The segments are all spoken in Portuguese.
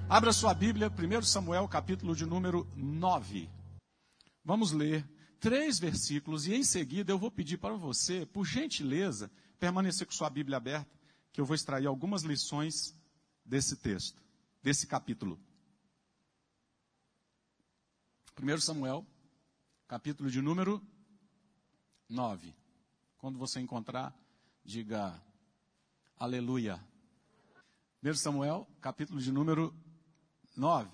Abra sua Bíblia, 1 Samuel, capítulo de número 9. Vamos ler 3 versículos e em seguida eu vou pedir para você, por gentileza, permanecer com sua Bíblia aberta, que eu vou extrair algumas lições desse texto, desse capítulo. 1 Samuel, capítulo de número 9. Quando você encontrar, diga aleluia. 1 Samuel, capítulo de número 9.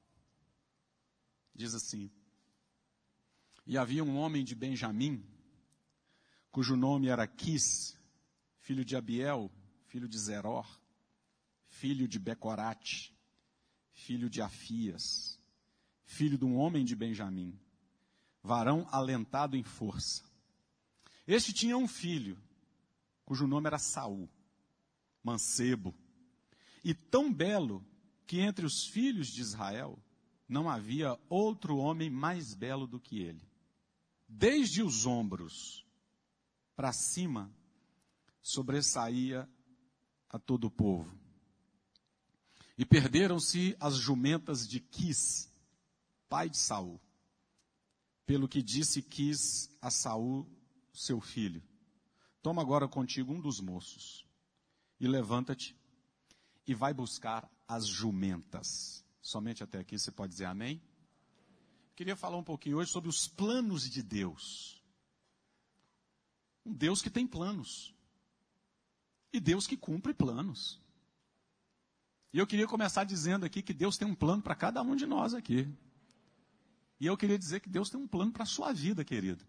Diz assim: E havia um homem de Benjamim, cujo nome era Quis, filho de Abiel, filho de Zeror, filho de Becorate, filho de Afias, filho de um homem de Benjamim, varão alentado em força. Este tinha um filho, cujo nome era Saul, mancebo, e tão belo que entre os filhos de Israel não havia outro homem mais belo do que ele. Desde os ombros para cima, sobressaía a todo o povo. E perderam-se as jumentas de Quis, pai de Saul, pelo que disse Quis a Saul, seu filho: Toma agora contigo um dos moços, e levanta-te, e vai buscar as jumentas. Somente até aqui você pode dizer amém? Queria falar um pouquinho hoje sobre os planos de Deus. Um Deus que tem planos. E Deus que cumpre planos. E eu queria começar dizendo aqui que Deus tem um plano para cada um de nós aqui. E eu queria dizer que Deus tem um plano para a sua vida, querido.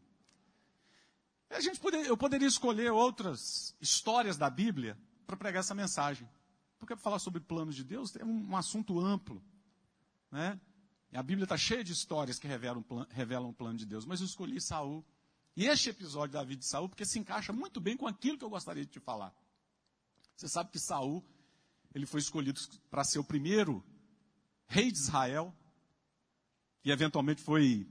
Eu poderia escolher outras histórias da Bíblia para pregar essa mensagem. Porque falar sobre planos de Deus é um assunto amplo, né? E a Bíblia está cheia de histórias que revelam o plano de Deus. Mas eu escolhi Saul. E este episódio da vida de Saul, porque se encaixa muito bem com aquilo que eu gostaria de te falar. Você sabe que Saul, ele foi escolhido para ser o primeiro rei de Israel. E eventualmente foi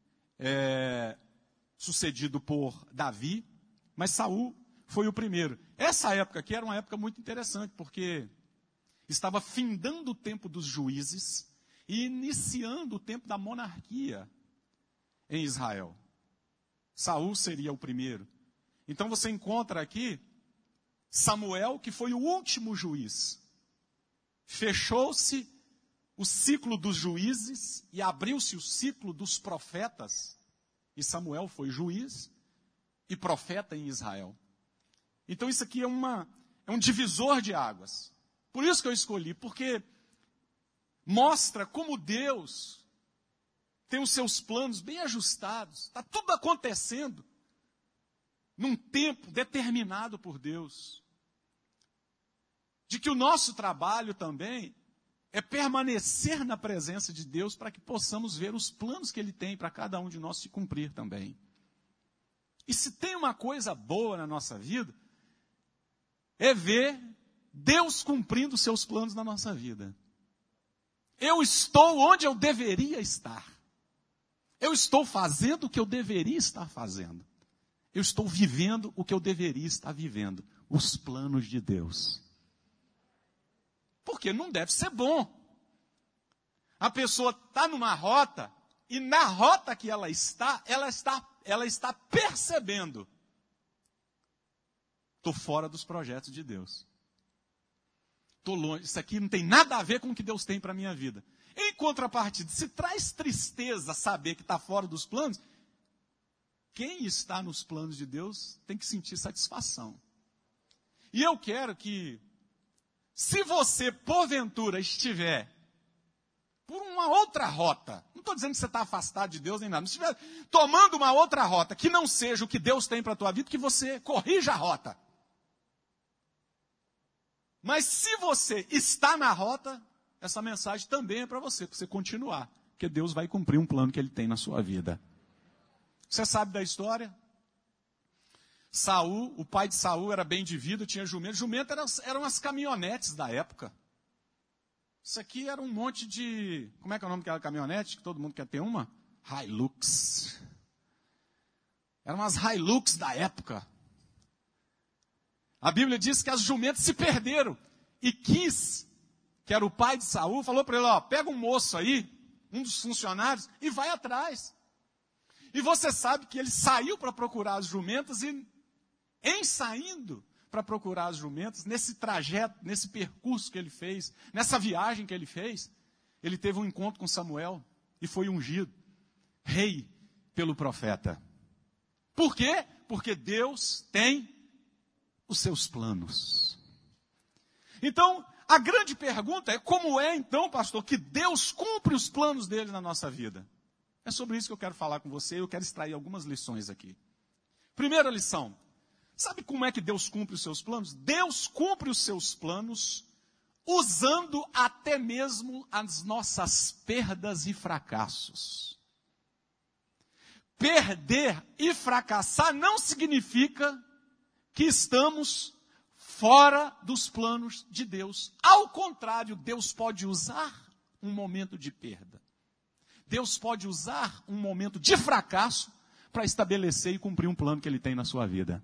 sucedido por Davi. Mas Saul foi o primeiro. Essa época aqui era uma época muito interessante, porque estava findando o tempo dos juízes e iniciando o tempo da monarquia em Israel. Saul seria o primeiro. Então você encontra aqui Samuel, que foi o último juiz. Fechou-se o ciclo dos juízes e abriu-se o ciclo dos profetas. E Samuel foi juiz e profeta em Israel. Então isso aqui é um divisor de águas. Por isso que eu escolhi, porque mostra como Deus tem os seus planos bem ajustados. Está tudo acontecendo num tempo determinado por Deus. De que o nosso trabalho também é permanecer na presença de Deus para que possamos ver os planos que Ele tem para cada um de nós se cumprir também. E se tem uma coisa boa na nossa vida, é ver Deus cumprindo os seus planos na nossa vida. Eu estou onde eu deveria estar. Eu estou fazendo o que eu deveria estar fazendo. Eu estou vivendo o que eu deveria estar vivendo. Os planos de Deus. Porque não deve ser bom. A pessoa está numa rota, e na rota que ela está percebendo: estou fora dos projetos de Deus. Estou longe, isso aqui não tem nada a ver com o que Deus tem para a minha vida. Em contrapartida, se traz tristeza saber que está fora dos planos, quem está nos planos de Deus tem que sentir satisfação. E eu quero que, se você, porventura, estiver por uma outra rota, não estou dizendo que você está afastado de Deus nem nada, mas se estiver tomando uma outra rota que não seja o que Deus tem para a tua vida, que você corrija a rota. Mas se você está na rota, essa mensagem também é para você continuar, porque Deus vai cumprir um plano que Ele tem na sua vida. Você sabe da história? Saul, o pai de Saul era bem de vida, tinha jumento. Jumento eram as caminhonetes da época. Isso aqui era um monte de... Como é que é o nome daquela caminhonete que todo mundo quer ter uma? Hilux. Eram as Hilux da época. A Bíblia diz que as jumentas se perderam. E Quis, que era o pai de Saul, falou para ele, ó, pega um moço aí, um dos funcionários, e vai atrás. E você sabe que ele saiu para procurar as jumentas e, em saindo para procurar as jumentas, nesse trajeto, nesse percurso que ele fez, nessa viagem que ele fez, ele teve um encontro com Samuel e foi ungido rei pelo profeta. Por quê? Porque Deus tem os seus planos. Então, a grande pergunta é, como é então, pastor, que Deus cumpre os planos dele na nossa vida? É sobre isso que eu quero falar com você, eu quero extrair algumas lições aqui. Primeira lição, sabe como é que Deus cumpre os seus planos? Deus cumpre os seus planos usando até mesmo as nossas perdas e fracassos. Perder e fracassar não significa que estamos fora dos planos de Deus. Ao contrário, Deus pode usar um momento de perda. Deus pode usar um momento de fracasso para estabelecer e cumprir um plano que Ele tem na sua vida.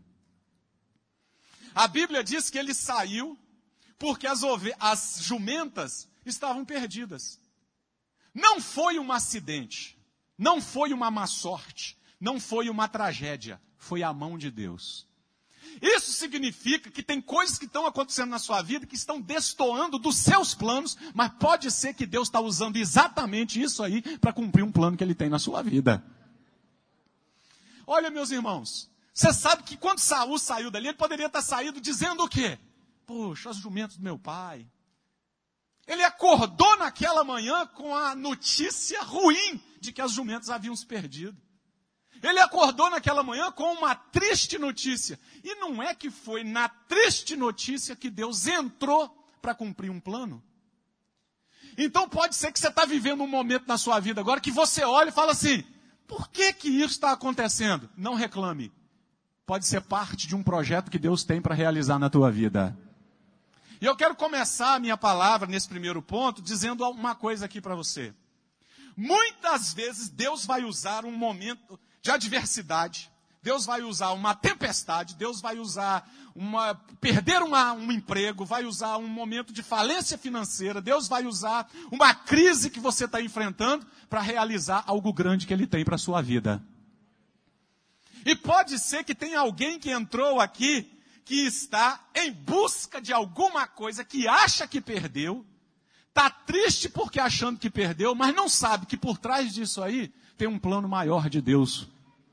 A Bíblia diz que ele saiu porque as jumentas estavam perdidas. Não foi um acidente, não foi uma má sorte, não foi uma tragédia, foi a mão de Deus. Isso significa que tem coisas que estão acontecendo na sua vida que estão destoando dos seus planos, mas pode ser que Deus está usando exatamente isso aí para cumprir um plano que Ele tem na sua vida. Olha, meus irmãos, você sabe que quando Saul saiu dali, ele poderia ter saído dizendo o quê? Poxa, as jumentas do meu pai. Ele acordou naquela manhã com a notícia ruim de que as jumentas haviam se perdido. Ele acordou naquela manhã com uma triste notícia. E não é que foi na triste notícia que Deus entrou para cumprir um plano? Então pode ser que você está vivendo um momento na sua vida agora que você olha e fala assim, por que isso está acontecendo? Não reclame. Pode ser parte de um projeto que Deus tem para realizar na tua vida. E eu quero começar a minha palavra nesse primeiro ponto dizendo uma coisa aqui para você. Muitas vezes Deus vai usar um momento de adversidade, Deus vai usar uma tempestade, Deus vai usar perder um emprego, vai usar um momento de falência financeira, Deus vai usar uma crise que você está enfrentando para realizar algo grande que Ele tem para a sua vida. E pode ser que tenha alguém que entrou aqui, que está em busca de alguma coisa que acha que perdeu, está triste porque achando que perdeu, mas não sabe que por trás disso aí tem um plano maior de Deus.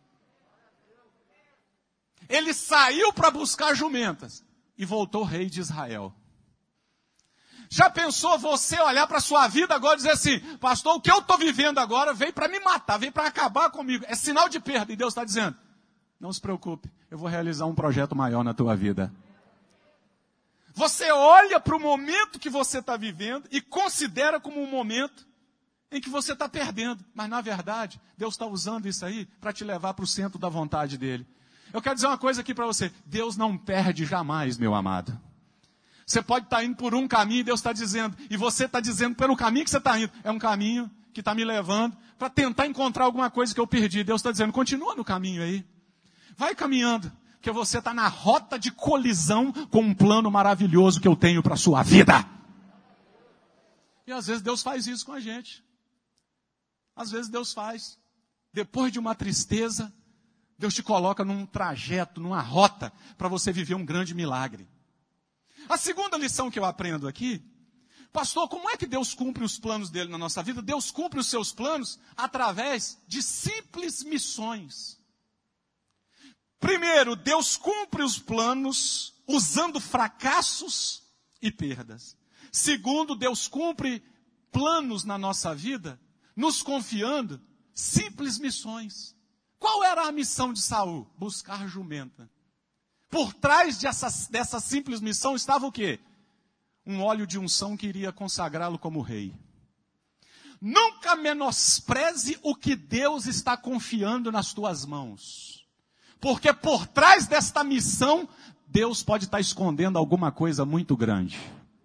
Ele saiu para buscar jumentas e voltou rei de Israel. Já pensou você olhar para a sua vida agora e dizer assim, pastor, o que eu estou vivendo agora veio para me matar, veio para acabar comigo. É sinal de perda. E Deus está dizendo, não se preocupe, eu vou realizar um projeto maior na tua vida. Você olha para o momento que você está vivendo e considera como um momento em que você está perdendo. Mas na verdade, Deus está usando isso aí para te levar para o centro da vontade dEle. Eu quero dizer uma coisa aqui para você. Deus não perde jamais, meu amado. Você pode estar indo por um caminho e Deus está dizendo, e você está dizendo pelo caminho que você está indo, é um caminho que está me levando para tentar encontrar alguma coisa que eu perdi. Deus está dizendo, continua no caminho aí. Vai caminhando, porque você está na rota de colisão com um plano maravilhoso que eu tenho para a sua vida. E às vezes Deus faz isso com a gente. Às vezes Deus faz. Depois de uma tristeza, Deus te coloca num trajeto, numa rota, para você viver um grande milagre. A segunda lição que eu aprendo aqui, pastor, como é que Deus cumpre os planos dele na nossa vida? Deus cumpre os seus planos através de simples missões. Primeiro, Deus cumpre os planos usando fracassos e perdas. Segundo, Deus cumpre planos na nossa vida, nos confiando simples missões. Qual era a missão de Saul? Buscar jumenta. Por trás dessa simples missão estava o quê? Um óleo de unção que iria consagrá-lo como rei. Nunca menospreze o que Deus está confiando nas tuas mãos. Porque por trás desta missão, Deus pode estar escondendo alguma coisa muito grande.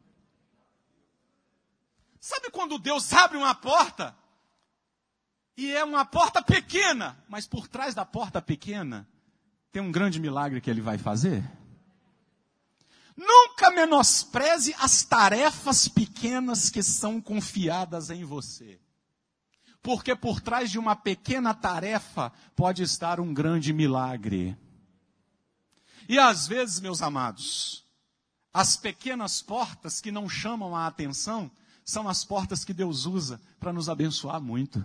Sabe quando Deus abre uma porta? E é uma porta pequena, mas por trás da porta pequena, tem um grande milagre que Ele vai fazer? Nunca menospreze as tarefas pequenas que são confiadas em você. Porque por trás de uma pequena tarefa pode estar um grande milagre. E às vezes, meus amados, as pequenas portas que não chamam a atenção são as portas que Deus usa para nos abençoar muito.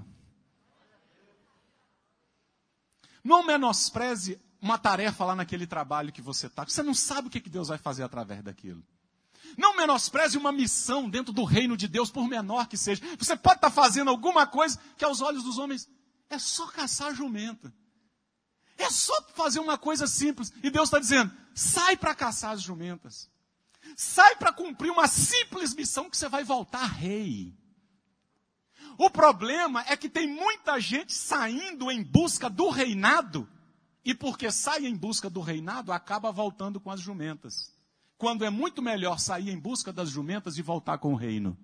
Não menospreze uma tarefa lá naquele trabalho que você está. Você não sabe o que Deus vai fazer através daquilo. Não menospreze uma missão dentro do reino de Deus, por menor que seja. Você pode estar fazendo alguma coisa que aos olhos dos homens é só caçar jumenta. É só fazer uma coisa simples. E Deus está dizendo, sai para caçar as jumentas. Sai para cumprir uma simples missão que você vai voltar rei. O problema é que tem muita gente saindo em busca do reinado. E porque sai em busca do reinado, acaba voltando com as jumentas. Quando é muito melhor sair em busca das jumentas e voltar com o reino.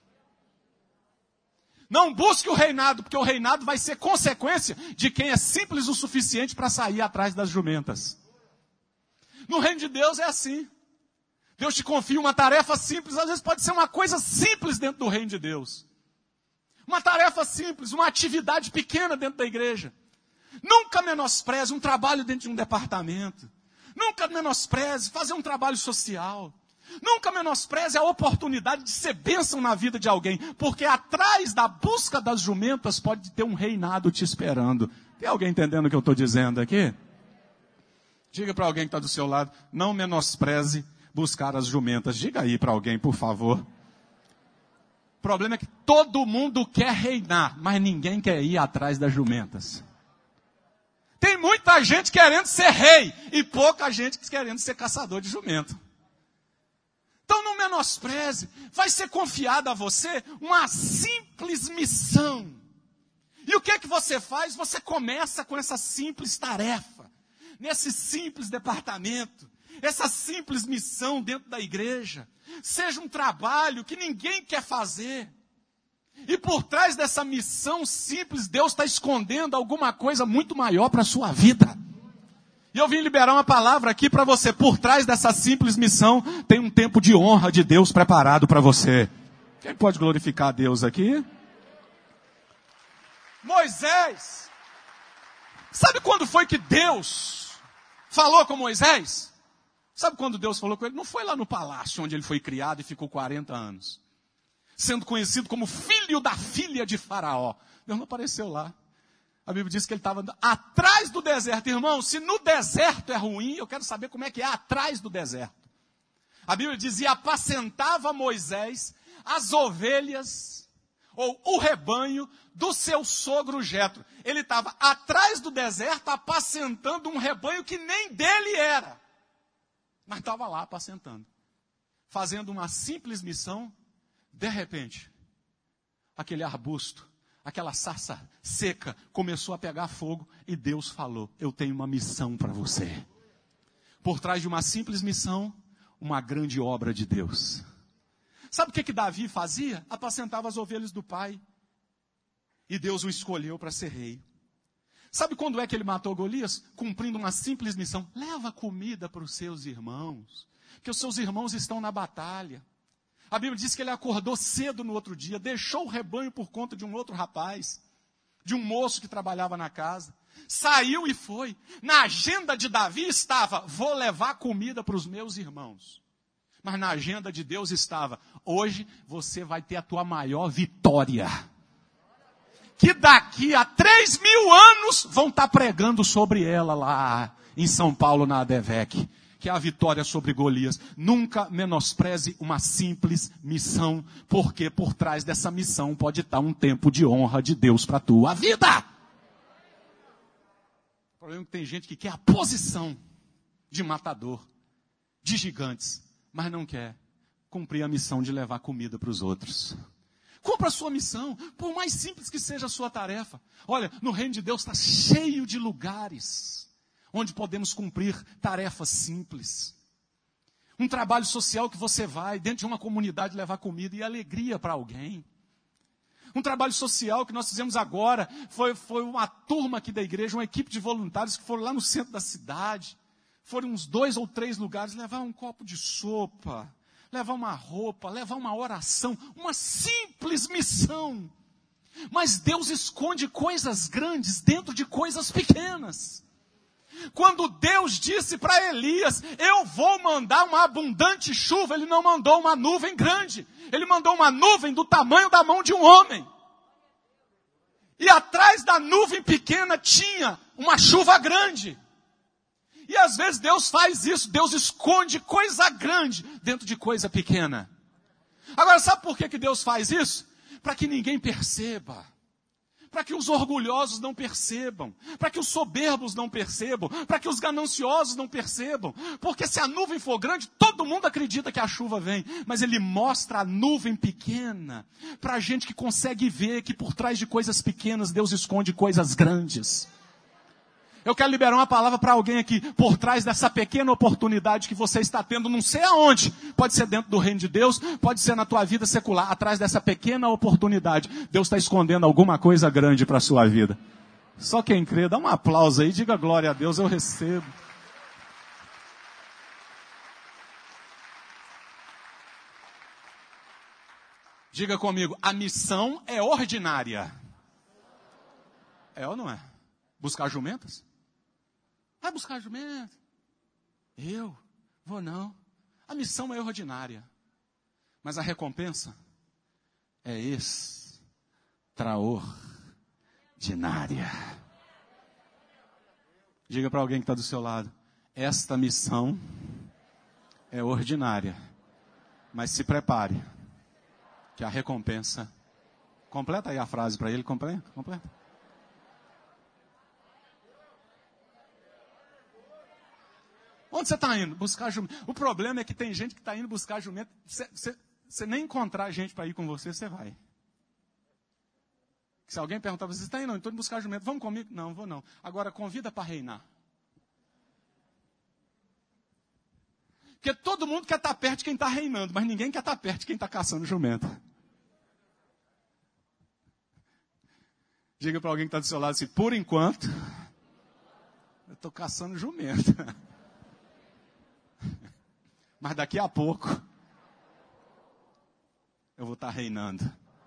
Não busque o reinado, porque o reinado vai ser consequência de quem é simples o suficiente para sair atrás das jumentas. No reino de Deus é assim. Deus te confia uma tarefa simples, às vezes pode ser uma coisa simples dentro do reino de Deus. Uma tarefa simples, uma atividade pequena dentro da igreja. Nunca menospreze um trabalho dentro de um departamento. Nunca menospreze fazer um trabalho social. Nunca menospreze a oportunidade de ser bênção na vida de alguém. Porque atrás da busca das jumentas pode ter um reinado te esperando. Tem alguém entendendo o que eu estou dizendo aqui? Diga para alguém que está do seu lado, não menospreze buscar as jumentas. Diga aí para alguém, por favor. O problema é que todo mundo quer reinar, mas ninguém quer ir atrás das jumentas. Tem muita gente querendo ser rei e pouca gente querendo ser caçador de jumento. Então não menospreze. Vai ser confiada a você uma simples missão. E o que é que você faz? Você começa com essa simples tarefa. Nesse simples departamento. Essa simples missão dentro da igreja. Seja um trabalho que ninguém quer fazer. E por trás dessa missão simples, Deus está escondendo alguma coisa muito maior para a sua vida. E eu vim liberar uma palavra aqui para você. Por trás dessa simples missão, tem um tempo de honra de Deus preparado para você. Quem pode glorificar a Deus aqui? Moisés. Sabe quando foi que Deus falou com Moisés? Sabe quando Deus falou com ele? Não foi lá no palácio onde ele foi criado e ficou 40 anos. Sendo conhecido como filho da filha de Faraó. Deus não apareceu lá. A Bíblia diz que ele estava atrás do deserto. Irmão, se no deserto é ruim, eu quero saber como é que é atrás do deserto. A Bíblia dizia, apacentava Moisés as ovelhas, ou o rebanho do seu sogro Jetro. Ele estava atrás do deserto apacentando um rebanho que nem dele era. Mas estava lá apacentando. Fazendo uma simples missão. De repente, aquele arbusto, aquela sarça seca, começou a pegar fogo e Deus falou, eu tenho uma missão para você. Por trás de uma simples missão, uma grande obra de Deus. Sabe o que Davi fazia? Apacentava as ovelhas do pai. E Deus o escolheu para ser rei. Sabe quando é que ele matou Golias? Cumprindo uma simples missão. Leva comida para os seus irmãos, que os seus irmãos estão na batalha. A Bíblia diz que ele acordou cedo no outro dia, deixou o rebanho por conta de um outro rapaz, de um moço que trabalhava na casa. Saiu e foi. Na agenda de Davi estava, vou levar comida para os meus irmãos. Mas na agenda de Deus estava, hoje você vai ter a tua maior vitória. Que daqui a 3.000 anos vão estar pregando sobre ela lá em São Paulo, na ADVEC. Que é a vitória sobre Golias. Nunca menospreze uma simples missão, porque por trás dessa missão pode estar um tempo de honra de Deus para a tua vida. O problema é que tem gente que quer a posição de matador, de gigantes, mas não quer cumprir a missão de levar comida para os outros. Cumpra a sua missão, por mais simples que seja a sua tarefa. Olha, no reino de Deus está cheio de lugares onde podemos cumprir tarefas simples. Um trabalho social que você vai, dentro de uma comunidade, levar comida e alegria para alguém. Um trabalho social que nós fizemos agora, foi uma turma aqui da igreja, uma equipe de voluntários que foram lá no centro da cidade, forem uns 2 ou 3 lugares, levar um copo de sopa, levar uma roupa, levar uma oração, uma simples missão. Mas Deus esconde coisas grandes dentro de coisas pequenas. Quando Deus disse para Elias, eu vou mandar uma abundante chuva, Ele não mandou uma nuvem grande. Ele mandou uma nuvem do tamanho da mão de um homem. E atrás da nuvem pequena tinha uma chuva grande. E às vezes Deus faz isso, Deus esconde coisa grande dentro de coisa pequena. Agora, sabe por que Deus faz isso? Para que ninguém perceba. Para que os orgulhosos não percebam. Para que os soberbos não percebam. Para que os gananciosos não percebam. Porque se a nuvem for grande, todo mundo acredita que a chuva vem. Mas Ele mostra a nuvem pequena. Para a gente que consegue ver que por trás de coisas pequenas, Deus esconde coisas grandes. Eu quero liberar uma palavra para alguém aqui, por trás dessa pequena oportunidade que você está tendo, não sei aonde, pode ser dentro do reino de Deus, pode ser na tua vida secular, atrás dessa pequena oportunidade, Deus está escondendo alguma coisa grande para a sua vida. Só quem crê, dá um aplauso aí, diga glória a Deus, eu recebo. Diga comigo, a missão é ordinária. É ou não é? Buscar jumentas? Vai buscar jumento? Eu? Vou não. A missão é ordinária. Mas a recompensa é extraordinária. Diga para alguém que está do seu lado. Esta missão é ordinária. Mas se prepare. Que a recompensa... Completa aí a frase para ele. Completa. Onde você está indo? Buscar jumento. O problema é que tem gente que está indo buscar jumento. Você nem encontrar gente para ir com você, você vai. Se alguém perguntar, você está indo? Não, estou indo buscar jumento. Vamos comigo? Não, vou não. Agora, convida para reinar. Porque todo mundo quer estar perto de quem está reinando, mas ninguém quer estar perto de quem está caçando jumento. Diga para alguém que está do seu lado assim, por enquanto, eu estou caçando jumento. Mas daqui a pouco, eu vou estar reinando.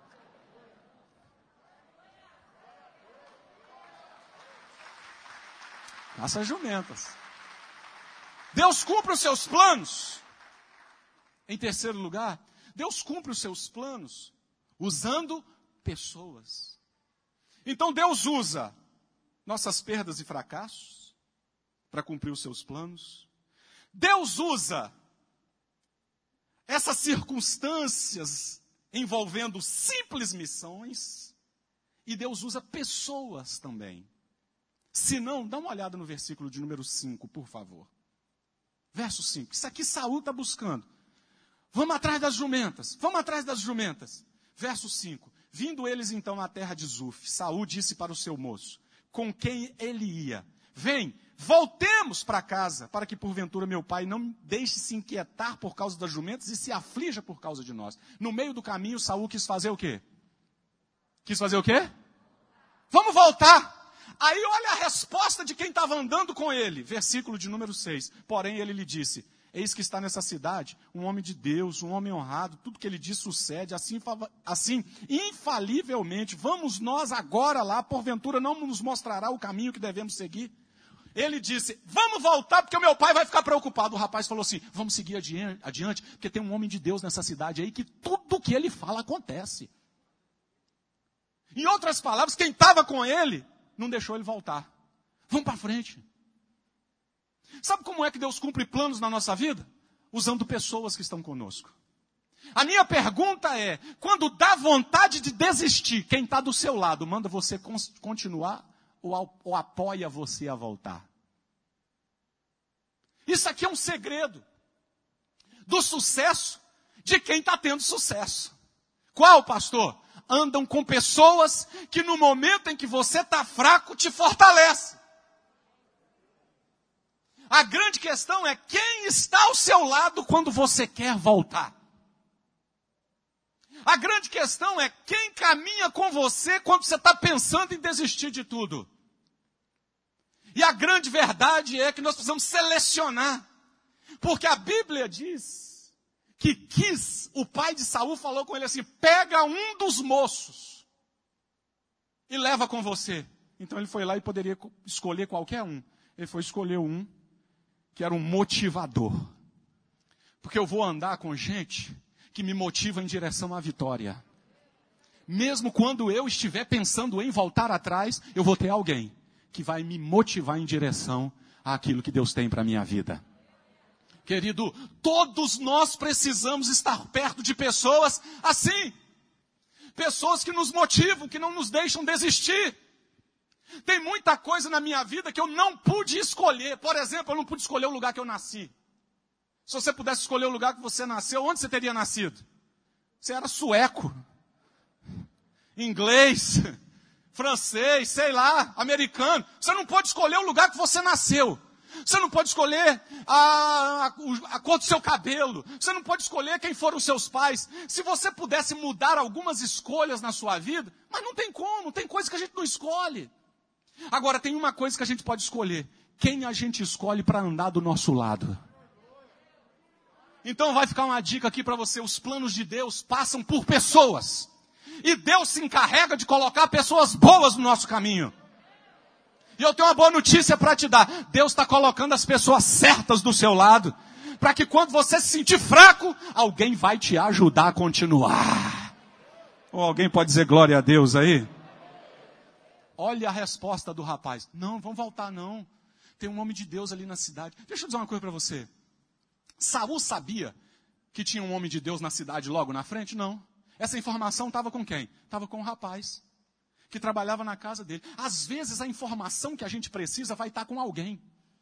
Caça jumentas. Deus cumpre os seus planos. Em terceiro lugar, Deus cumpre os seus planos usando pessoas. Então Deus usa nossas perdas e fracassos para cumprir os seus planos. Deus usa essas circunstâncias envolvendo simples missões, e Deus usa pessoas também. Se não, dá uma olhada no versículo de número 5, por favor. Verso 5. Isso aqui Saul está buscando. Vamos atrás das jumentas. Verso 5. Vindo eles então à terra de Zuf, Saul disse para o seu moço, com quem ele ia, vem, voltemos para casa, para que porventura meu pai não deixe se inquietar por causa das jumentas e se aflija por causa de nós. No meio do caminho, Saul quis fazer o quê? Vamos voltar. Aí olha a resposta de quem estava andando com ele. Versículo de número 6. Porém ele lhe disse, eis que está nessa cidade um homem de Deus, um homem honrado, tudo que ele diz sucede, assim infalivelmente. Vamos nós agora lá, porventura não nos mostrará o caminho que devemos seguir? Ele disse, vamos voltar porque o meu pai vai ficar preocupado. O rapaz falou assim, vamos seguir adiante, porque tem um homem de Deus nessa cidade aí que tudo que ele fala acontece. Em outras palavras, quem estava com ele não deixou ele voltar. Vamos para frente. Sabe como é que Deus cumpre planos na nossa vida? Usando pessoas que estão conosco. A minha pergunta é, quando dá vontade de desistir, quem está do seu lado, manda você continuar ou apoia você a voltar? Isso aqui é um segredo do sucesso de quem está tendo sucesso. Qual, pastor? Andam com pessoas que no momento em que você está fraco, te fortalece. A grande questão é quem está ao seu lado quando você quer voltar. A grande questão é quem caminha com você quando você está pensando em desistir de tudo. E a grande verdade é que nós precisamos selecionar. Porque a Bíblia diz que Quis, o pai de Saul, falou com ele assim: pega um dos moços e leva com você. Então ele foi lá e poderia escolher qualquer um. Ele foi escolher um que era um motivador. Porque eu vou andar com gente que me motiva em direção à vitória. Mesmo quando eu estiver pensando em voltar atrás, eu vou ter alguém que vai me motivar em direção àquilo que Deus tem para a minha vida. Querido, todos nós precisamos estar perto de pessoas assim. Pessoas que nos motivam, que não nos deixam desistir. Tem muita coisa na minha vida que eu não pude escolher. Por exemplo, eu não pude escolher o lugar que eu nasci. Se você pudesse escolher o lugar que você nasceu, onde você teria nascido? Você era sueco, inglês, francês, sei lá, americano. Você não pode escolher o lugar que você nasceu. Você não pode escolher a cor do seu cabelo. Você não pode escolher quem foram os seus pais. Se você pudesse mudar algumas escolhas na sua vida, mas não tem como, tem coisa que a gente não escolhe. Agora, tem uma coisa que a gente pode escolher: quem a gente escolhe para andar do nosso lado. Então vai ficar uma dica aqui para você: os planos de Deus passam por pessoas. E Deus se encarrega de colocar pessoas boas no nosso caminho. E eu tenho uma boa notícia para te dar: Deus está colocando as pessoas certas do seu lado, para que quando você se sentir fraco, alguém vai te ajudar a continuar. Ou alguém pode dizer glória a Deus aí? Olha a resposta do rapaz: não, vamos voltar não. Tem um homem de Deus ali na cidade. Deixa eu dizer uma coisa para você. Saul sabia que tinha um homem de Deus na cidade logo na frente? Não. Essa informação estava com quem? Estava com o rapaz que trabalhava na casa dele. Às vezes a informação que a gente precisa vai estar com alguém.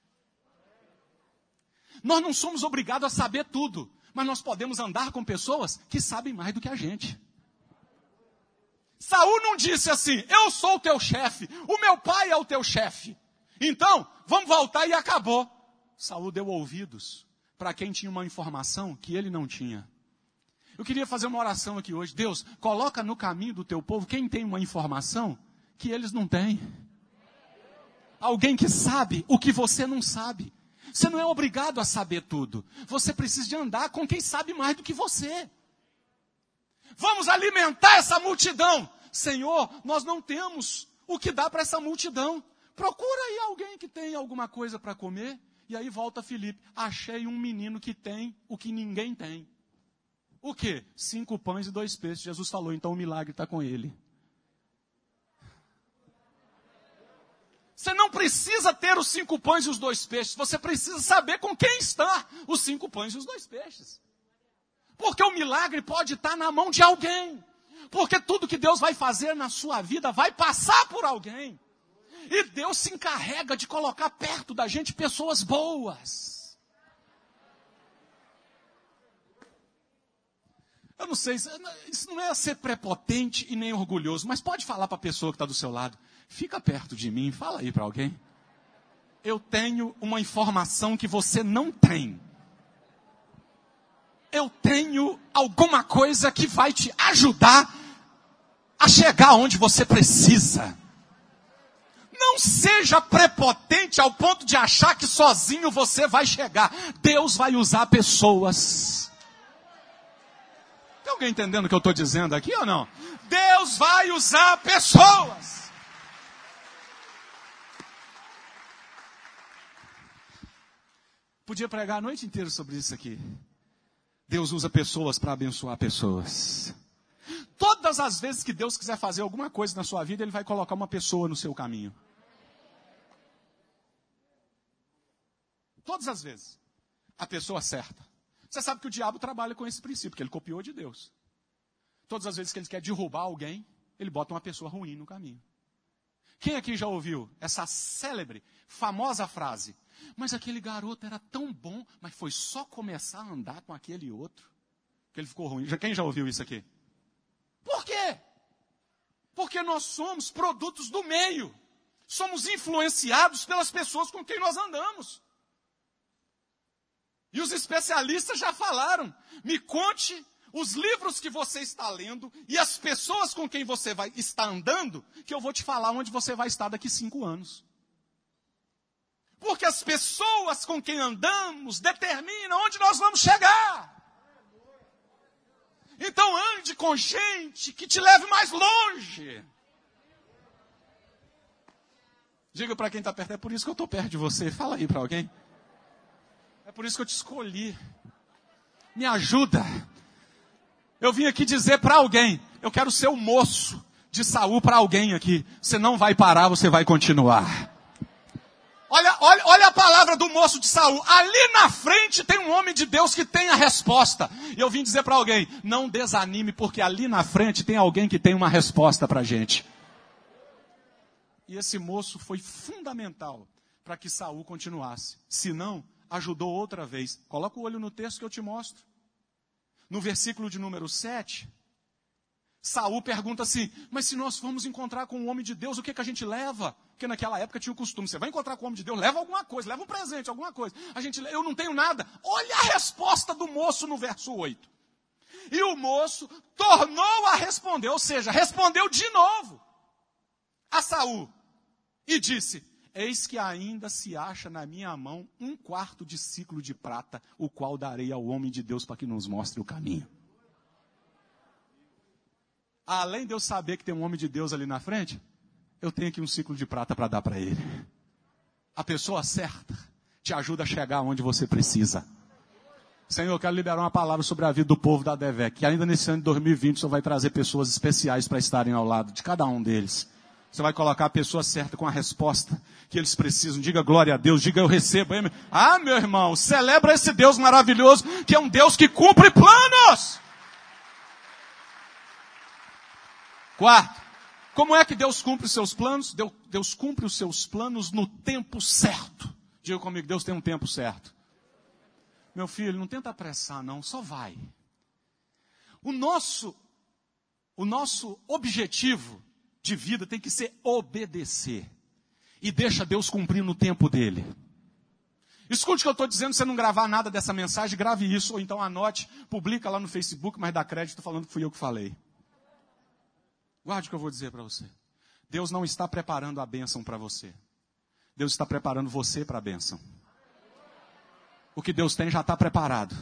Nós não somos obrigados a saber tudo, mas nós podemos andar com pessoas que sabem mais do que a gente. Saul não disse assim: eu sou o teu chefe, o meu pai é o teu chefe, então vamos voltar e acabou. Saul deu ouvidos para quem tinha uma informação que ele não tinha. Eu queria fazer uma oração aqui hoje. Deus, coloca no caminho do teu povo quem tem uma informação que eles não têm. Alguém que sabe o que você não sabe. Você não é obrigado a saber tudo. Você precisa de andar com quem sabe mais do que você. Vamos alimentar essa multidão. Senhor, nós não temos o que dar para essa multidão. Procura aí alguém que tem alguma coisa para comer. E aí volta Filipe: achei um menino que tem o que ninguém tem. O quê? 5 pães e 2 peixes. Jesus falou: então o milagre está com ele. Você não precisa ter os 5 pães e os 2 peixes. Você precisa saber com quem está os 5 pães e os 2 peixes. Porque o milagre pode estar na mão de alguém. Porque tudo que Deus vai fazer na sua vida vai passar por alguém. E Deus se encarrega de colocar perto da gente pessoas boas. Eu não sei, isso não é ser prepotente e nem orgulhoso, mas pode falar para a pessoa que está do seu lado: fica perto de mim, fala aí para alguém. Eu tenho uma informação que você não tem. Eu tenho alguma coisa que vai te ajudar a chegar onde você precisa. Não seja prepotente ao ponto de achar que sozinho você vai chegar. Deus vai usar pessoas. Tem alguém entendendo o que eu estou dizendo aqui ou não? Deus vai usar pessoas. Podia pregar a noite inteira sobre isso aqui. Deus usa pessoas para abençoar pessoas. Todas as vezes que Deus quiser fazer alguma coisa na sua vida, Ele vai colocar uma pessoa no seu caminho. Todas as vezes. A pessoa certa. Você sabe que o diabo trabalha com esse princípio, porque ele copiou de Deus. Todas as vezes que ele quer derrubar alguém, ele bota uma pessoa ruim no caminho. Quem aqui já ouviu essa célebre, famosa frase: mas aquele garoto era tão bom, mas foi só começar a andar com aquele outro que ele ficou ruim? Quem já ouviu isso aqui? Por quê? Porque nós somos produtos do meio. Somos influenciados pelas pessoas com quem nós andamos. E os especialistas já falaram: me conte os livros que você está lendo e as pessoas com quem você vai estar andando, que eu vou te falar onde você vai estar daqui 5 anos. Porque as pessoas com quem andamos determinam onde nós vamos chegar. Então ande com gente que te leve mais longe. Diga para quem está perto, é por isso que eu estou perto de você. Fala aí para alguém. É por isso que eu te escolhi. Me ajuda. Eu vim aqui dizer para alguém, eu quero ser o moço de Saul para alguém aqui. Você não vai parar, você vai continuar. Olha a palavra do moço de Saul. Ali na frente tem um homem de Deus que tem a resposta. E eu vim dizer para alguém, não desanime, porque ali na frente tem alguém que tem uma resposta para a gente. E esse moço foi fundamental para que Saul continuasse. Se não, ajudou outra vez. Coloca o olho no texto que eu te mostro. No versículo de número 7, Saul pergunta assim, mas se nós formos encontrar com um homem de Deus, o que a gente leva? Porque naquela época tinha o costume, você vai encontrar com um homem de Deus, leva alguma coisa, leva um presente, alguma coisa. Eu não tenho nada. Olha a resposta do moço no verso 8. E o moço tornou a responder, ou seja, respondeu de novo a Saul. E disse, eis que ainda se acha na minha mão 1/4 de siclo de prata, o qual darei ao homem de Deus para que nos mostre o caminho. Além de eu saber que tem um homem de Deus ali na frente, eu tenho aqui um ciclo de prata para dar para ele. A pessoa certa te ajuda a chegar onde você precisa. Senhor, eu quero liberar uma palavra sobre a vida do povo da DEVEC, que ainda nesse ano de 2020 o Senhor vai trazer pessoas especiais para estarem ao lado de cada um deles. Você vai colocar a pessoa certa com a resposta que eles precisam. Diga glória a Deus, diga eu recebo. Ah, meu irmão, celebra esse Deus maravilhoso, que é um Deus que cumpre planos. Quarto, como é que Deus cumpre os seus planos? Deus cumpre os seus planos no tempo certo. Diga comigo, Deus tem um tempo certo. Meu filho, não tenta apressar não, só vai. O nosso objetivo de vida tem que ser obedecer. E deixa Deus cumprir no tempo dele. Escute o que eu estou dizendo, se você não gravar nada dessa mensagem, grave isso, ou então anote, publica lá no Facebook, mas dá crédito falando que fui eu que falei. Guarde o que eu vou dizer para você. Deus não está preparando a bênção para você. Deus está preparando você para a bênção. O que Deus tem já está preparado.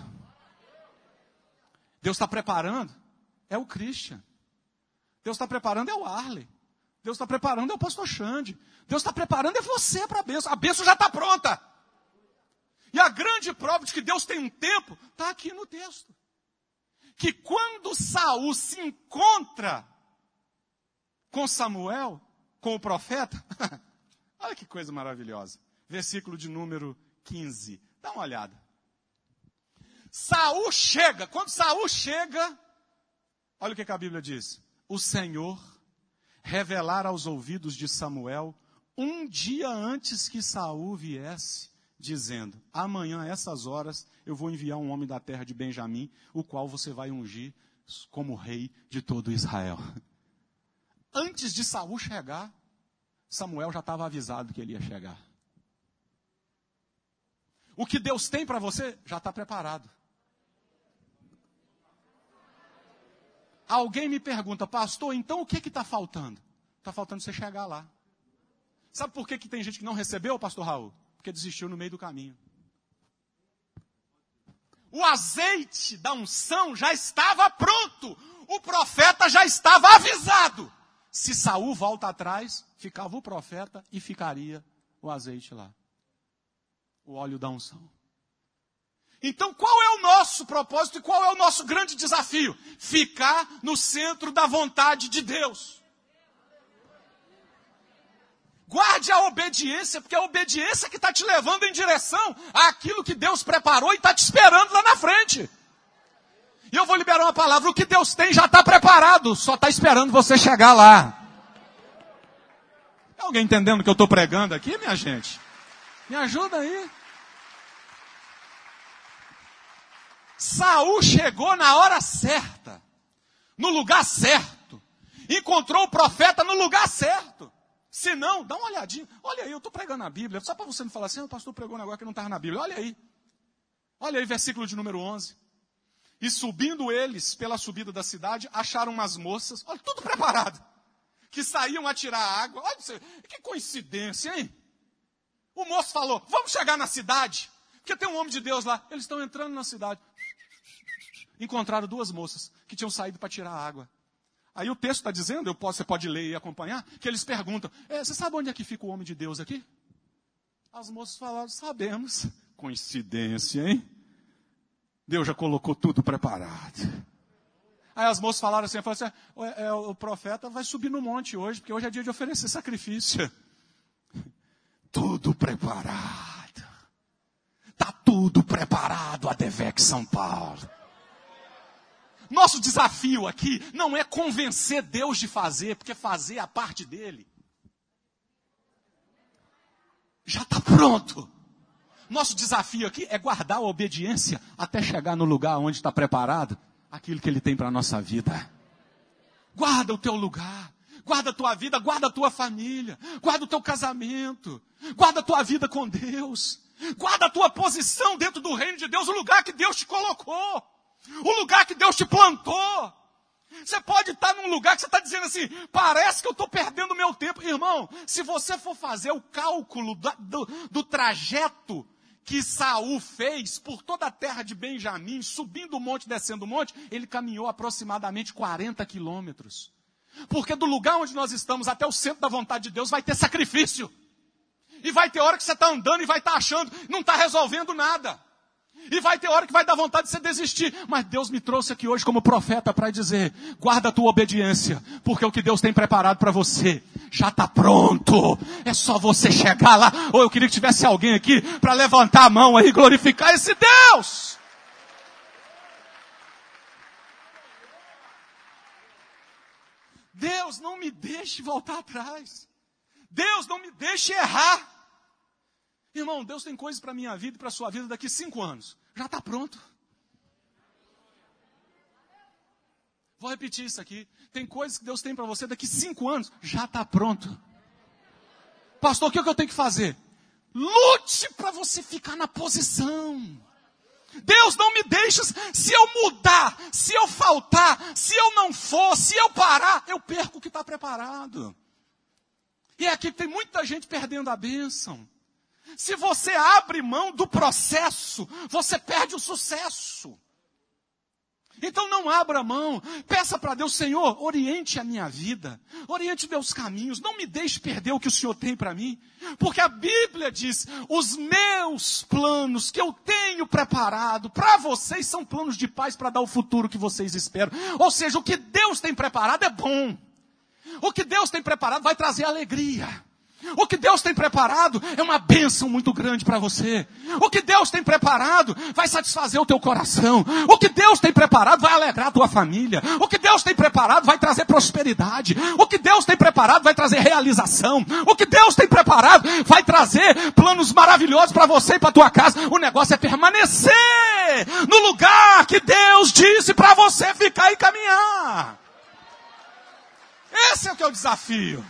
Deus está preparando é o Christian. Deus está preparando é o Arley. Deus está preparando é o pastor Xande. Deus está preparando é você para a bênção. A bênção já está pronta. E a grande prova de que Deus tem um tempo está aqui no texto. Que quando Saul se encontra com Samuel, com o profeta, olha que coisa maravilhosa. Versículo de número 15. Dá uma olhada. Saul chega. Quando Saul chega, olha o que a Bíblia diz. O Senhor revelara aos ouvidos de Samuel um dia antes que Saul viesse, dizendo, amanhã a essas horas eu vou enviar um homem da terra de Benjamim, o qual você vai ungir como rei de todo Israel. Antes de Saul chegar, Samuel já estava avisado que ele ia chegar. O que Deus tem para você já está preparado. Alguém me pergunta, pastor, então o que está faltando? Está faltando você chegar lá. Sabe por que tem gente que não recebeu, pastor Raul? Porque desistiu no meio do caminho. O azeite da unção já estava pronto. O profeta já estava avisado. Se Saul volta atrás, ficava o profeta e ficaria o azeite lá. O óleo da unção. Então, qual é o nosso propósito e qual é o nosso grande desafio? Ficar no centro da vontade de Deus. Guarde a obediência, porque é a obediência que está te levando em direção àquilo que Deus preparou e está te esperando lá na frente. E eu vou liberar uma palavra, o que Deus tem já está preparado, só está esperando você chegar lá. Tem alguém entendendo o que eu estou pregando aqui, minha gente? Me ajuda aí. Saul chegou na hora certa, no lugar certo, encontrou o profeta no lugar certo. Se não, dá uma olhadinha. Olha aí, eu estou pregando a Bíblia, só para você não falar assim, o pastor pregou um negócio que não estava na Bíblia. Olha aí, versículo de número 11. E subindo eles pela subida da cidade, acharam umas moças, olha, tudo preparado, que saíam a tirar água. Olha, que coincidência, hein? O moço falou, vamos chegar na cidade, porque tem um homem de Deus lá. Eles estão entrando na cidade. Encontraram 2 moças que tinham saído para tirar água. Aí o texto está dizendo, você pode ler e acompanhar, que eles perguntam, você sabe onde é que fica o homem de Deus aqui? As moças falaram, sabemos. Coincidência, hein? Deus já colocou tudo preparado. Aí as moças falaram assim, o profeta vai subir no monte hoje, porque hoje é dia de oferecer sacrifício. Tudo preparado. Está tudo preparado, a Devec São Paulo. Nosso desafio aqui não é convencer Deus de fazer, porque fazer é a parte dele. Já está pronto. Nosso desafio aqui é guardar a obediência até chegar no lugar onde está preparado aquilo que Ele tem para a nossa vida. Guarda o teu lugar, guarda a tua vida, guarda a tua família, guarda o teu casamento, guarda a tua vida com Deus, guarda a tua posição dentro do reino de Deus, o lugar que Deus te colocou, o lugar que Deus te plantou. Você pode estar num lugar que você está dizendo assim, parece que eu estou perdendo meu tempo. Irmão, se você for fazer o cálculo do trajeto que Saul fez por toda a terra de Benjamim, subindo o monte, descendo o monte, ele caminhou aproximadamente 40 quilômetros. Porque do lugar onde nós estamos até o centro da vontade de Deus vai ter sacrifício. E vai ter hora que você está andando e vai estar achando, não está resolvendo nada. E vai ter hora que vai dar vontade de você desistir. Mas Deus me trouxe aqui hoje como profeta para dizer, guarda a tua obediência, porque o que Deus tem preparado para você já está pronto. É só você chegar lá. Ou eu queria que tivesse alguém aqui para levantar a mão aí e glorificar esse Deus. Deus, não me deixe voltar atrás. Deus, não me deixe errar. Irmão, Deus tem coisas para a minha vida e para a sua vida daqui 5 anos. Já está pronto. Vou repetir isso aqui. Tem coisas que Deus tem para você daqui 5 anos. Já está pronto. Pastor, o que eu tenho que fazer? Lute para você ficar na posição. Deus, não me deixa. Se eu mudar, se eu faltar, se eu não for, se eu parar, eu perco o que está preparado. E é aqui que tem muita gente perdendo a bênção. Se você abre mão do processo, você perde o sucesso. Então não abra mão, peça para Deus, Senhor, oriente a minha vida, oriente meus caminhos, não me deixe perder o que o Senhor tem para mim. Porque a Bíblia diz, os meus planos que eu tenho preparado para vocês são planos de paz para dar o futuro que vocês esperam. Ou seja, o que Deus tem preparado é bom. O que Deus tem preparado vai trazer alegria. O que Deus tem preparado é uma bênção muito grande para você. O que Deus tem preparado vai satisfazer o teu coração. O que Deus tem preparado vai alegrar a tua família. O que Deus tem preparado vai trazer prosperidade. O que Deus tem preparado vai trazer realização. O que Deus tem preparado vai trazer planos maravilhosos para você e para a tua casa. O negócio é permanecer no lugar que Deus disse para você ficar e caminhar. Esse é o que é o desafio.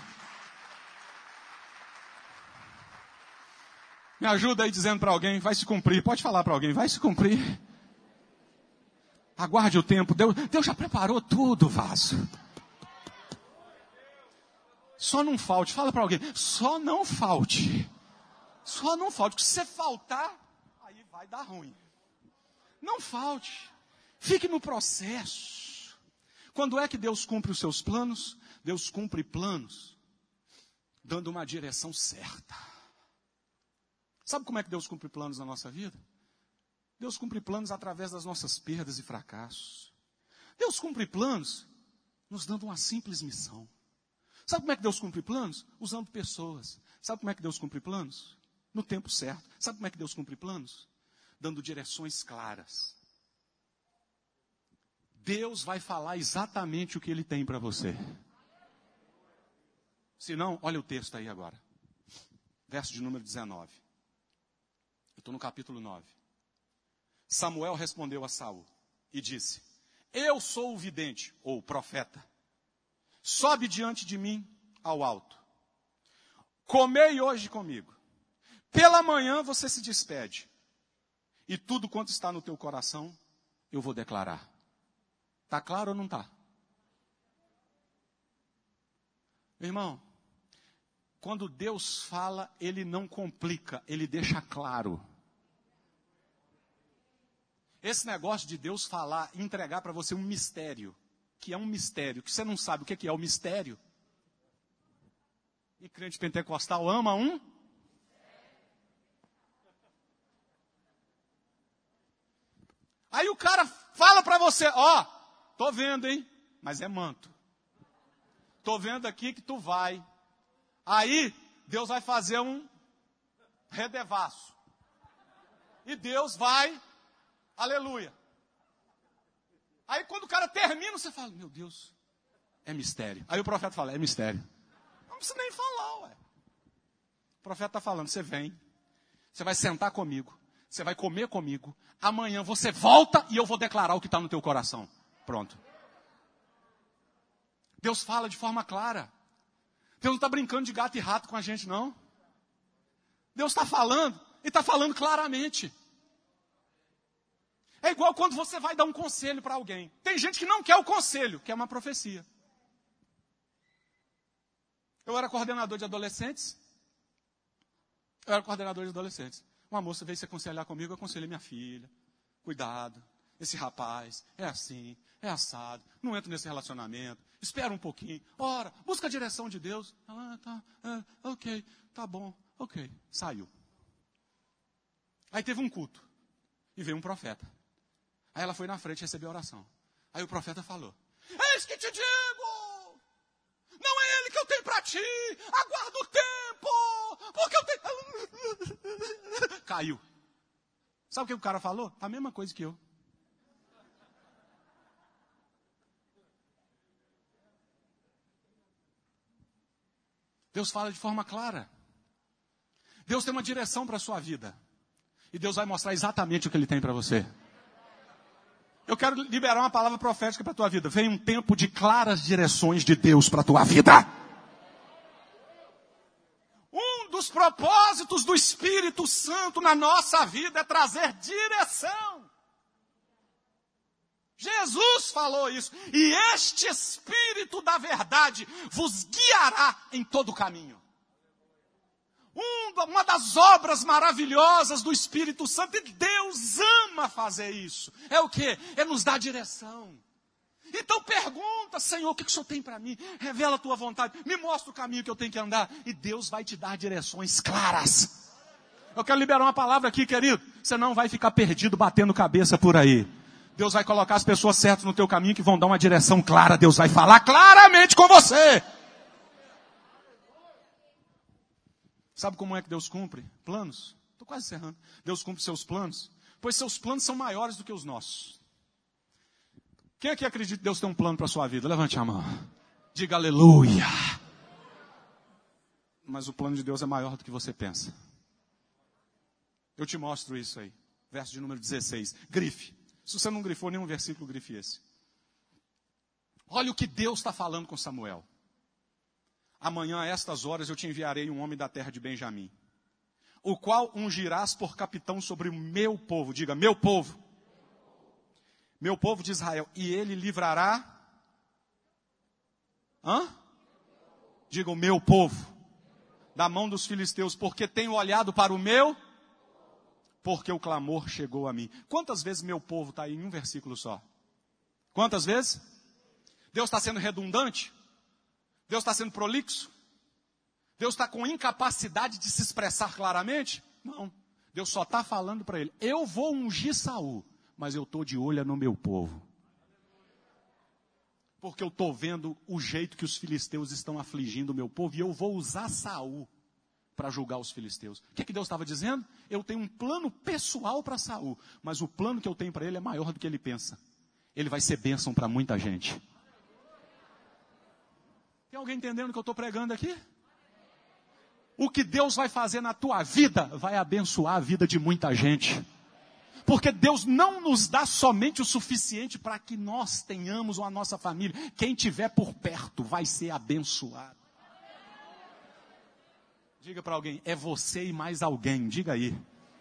Me ajuda aí dizendo para alguém, vai se cumprir. Pode falar para alguém, vai se cumprir. Aguarde o tempo. Deus já preparou tudo, vaso. Só não falte. Fala para alguém, só não falte. Só não falte. Porque se você faltar, aí vai dar ruim. Não falte. Fique no processo. Quando é que Deus cumpre os seus planos? Deus cumpre planos dando uma direção certa. Sabe como é que Deus cumpre planos na nossa vida? Deus cumpre planos através das nossas perdas e fracassos. Deus cumpre planos nos dando uma simples missão. Sabe como é que Deus cumpre planos? Usando pessoas. Sabe como é que Deus cumpre planos? No tempo certo. Sabe como é que Deus cumpre planos? Dando direções claras. Deus vai falar exatamente o que Ele tem para você. Se não, olha o texto aí agora. Verso de número 19. Eu estou no capítulo 9. Samuel respondeu a Saul e disse, eu sou o vidente, ou o profeta. Sobe diante de mim ao alto. Comei hoje comigo. Pela manhã você se despede. E tudo quanto está no teu coração, eu vou declarar. Está claro ou não está? Irmão, Quando Deus fala, Ele não complica, Ele deixa claro. Esse negócio de Deus falar, entregar para você um mistério, que é um mistério, que você não sabe o que é o mistério. E crente pentecostal ama um? Aí o cara fala para você, ó, tô vendo, hein, mas é manto. Tô vendo aqui que tu vai. Aí, Deus vai fazer um redevasso. E Deus vai, aleluia. Aí quando o cara termina, você fala, meu Deus, é mistério. Aí o profeta fala, é mistério. Não precisa nem falar, ué. O profeta está falando, você vem, você vai sentar comigo, você vai comer comigo, amanhã você volta e eu vou declarar o que está no teu coração. Pronto. Deus fala de forma clara. Deus não está brincando de gato e rato com a gente, não. Deus está falando, e está falando claramente. É igual quando você vai dar um conselho para alguém. Tem gente que não quer o conselho, quer uma profecia. Eu era coordenador de adolescentes. Uma moça veio se aconselhar comigo, eu aconselhei minha filha. Cuidado, esse rapaz é assim, é assado, não entra nesse relacionamento, espera um pouquinho, ora, busca a direção de Deus. Ok, tá bom, ok, saiu. Aí teve um culto, e veio um profeta. Aí ela foi na frente receber a oração. Aí o profeta falou, eis que te digo, não é ele que eu tenho para ti, aguarda o tempo, porque eu tenho... Caiu. Sabe o que o cara falou? A mesma coisa que eu. Deus fala de forma clara. Deus tem uma direção para a sua vida. E Deus vai mostrar exatamente o que Ele tem para você. Eu quero liberar uma palavra profética para a tua vida. Vem um tempo de claras direções de Deus para a tua vida. Um dos propósitos do Espírito Santo na nossa vida é trazer direção. Jesus falou isso. E este Espírito da verdade vos guiará em todo o caminho. Uma das obras maravilhosas do Espírito Santo, e Deus ama fazer isso. É o quê? É nos dar direção. Então pergunta, Senhor, o que o Senhor tem para mim? Revela a tua vontade, me mostra o caminho que eu tenho que andar. E Deus vai te dar direções claras. Eu quero liberar uma palavra aqui, querido. Você não vai ficar perdido batendo cabeça por aí. Deus vai colocar as pessoas certas no teu caminho que vão dar uma direção clara. Deus vai falar claramente com você. Sabe como é que Deus cumpre? Planos. Estou quase encerrando. Deus cumpre seus planos, pois seus planos são maiores do que os nossos. Quem aqui acredita que Deus tem um plano para a sua vida? Levante a mão. Diga aleluia. Mas o plano de Deus é maior do que você pensa. Eu te mostro isso aí. Verso de número 16. Grife. Se você não grifou nenhum versículo, grife esse. Olha o que Deus está falando com Samuel. Amanhã, a estas horas, eu te enviarei um homem da terra de Benjamim, o qual ungirás por capitão sobre o meu povo. Diga, meu povo. Meu povo de Israel. E ele livrará... Diga, o meu povo. Da mão dos filisteus. Porque tenho olhado para o meu... Porque o clamor chegou a mim. Quantas vezes meu povo está aí em um versículo só? Quantas vezes? Deus está sendo redundante? Deus está sendo prolixo? Deus está com incapacidade de se expressar claramente? Não. Deus só está falando para ele. Eu vou ungir Saul, mas eu estou de olho no meu povo. Porque eu estou vendo o jeito que os filisteus estão afligindo o meu povo. E eu vou usar Saul para julgar os filisteus. O que Deus estava dizendo? Eu tenho um plano pessoal para Saul, mas o plano que eu tenho para ele é maior do que ele pensa. Ele vai ser bênção para muita gente. Tem alguém entendendo o que eu estou pregando aqui? O que Deus vai fazer na tua vida vai abençoar a vida de muita gente. Porque Deus não nos dá somente o suficiente para que nós tenhamos a nossa família. Quem tiver por perto vai ser abençoado. Diga para alguém, é você e mais alguém, diga aí.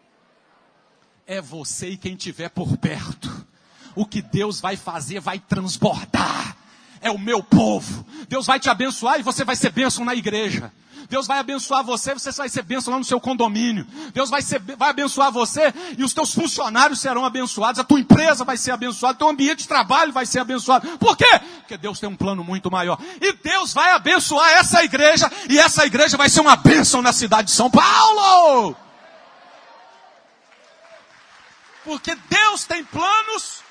É você e quem tiver por perto. O que Deus vai fazer vai transbordar. é o meu povo. Deus vai te abençoar e você vai ser bênção na igreja. Deus vai abençoar você vai ser bênção lá no seu condomínio. Deus vai abençoar você e os teus funcionários serão abençoados. A tua empresa vai ser abençoada. O teu ambiente de trabalho vai ser abençoado. Por quê? Porque Deus tem um plano muito maior. E Deus vai abençoar essa igreja. E essa igreja vai ser uma bênção na cidade de São Paulo. Porque Deus tem planos.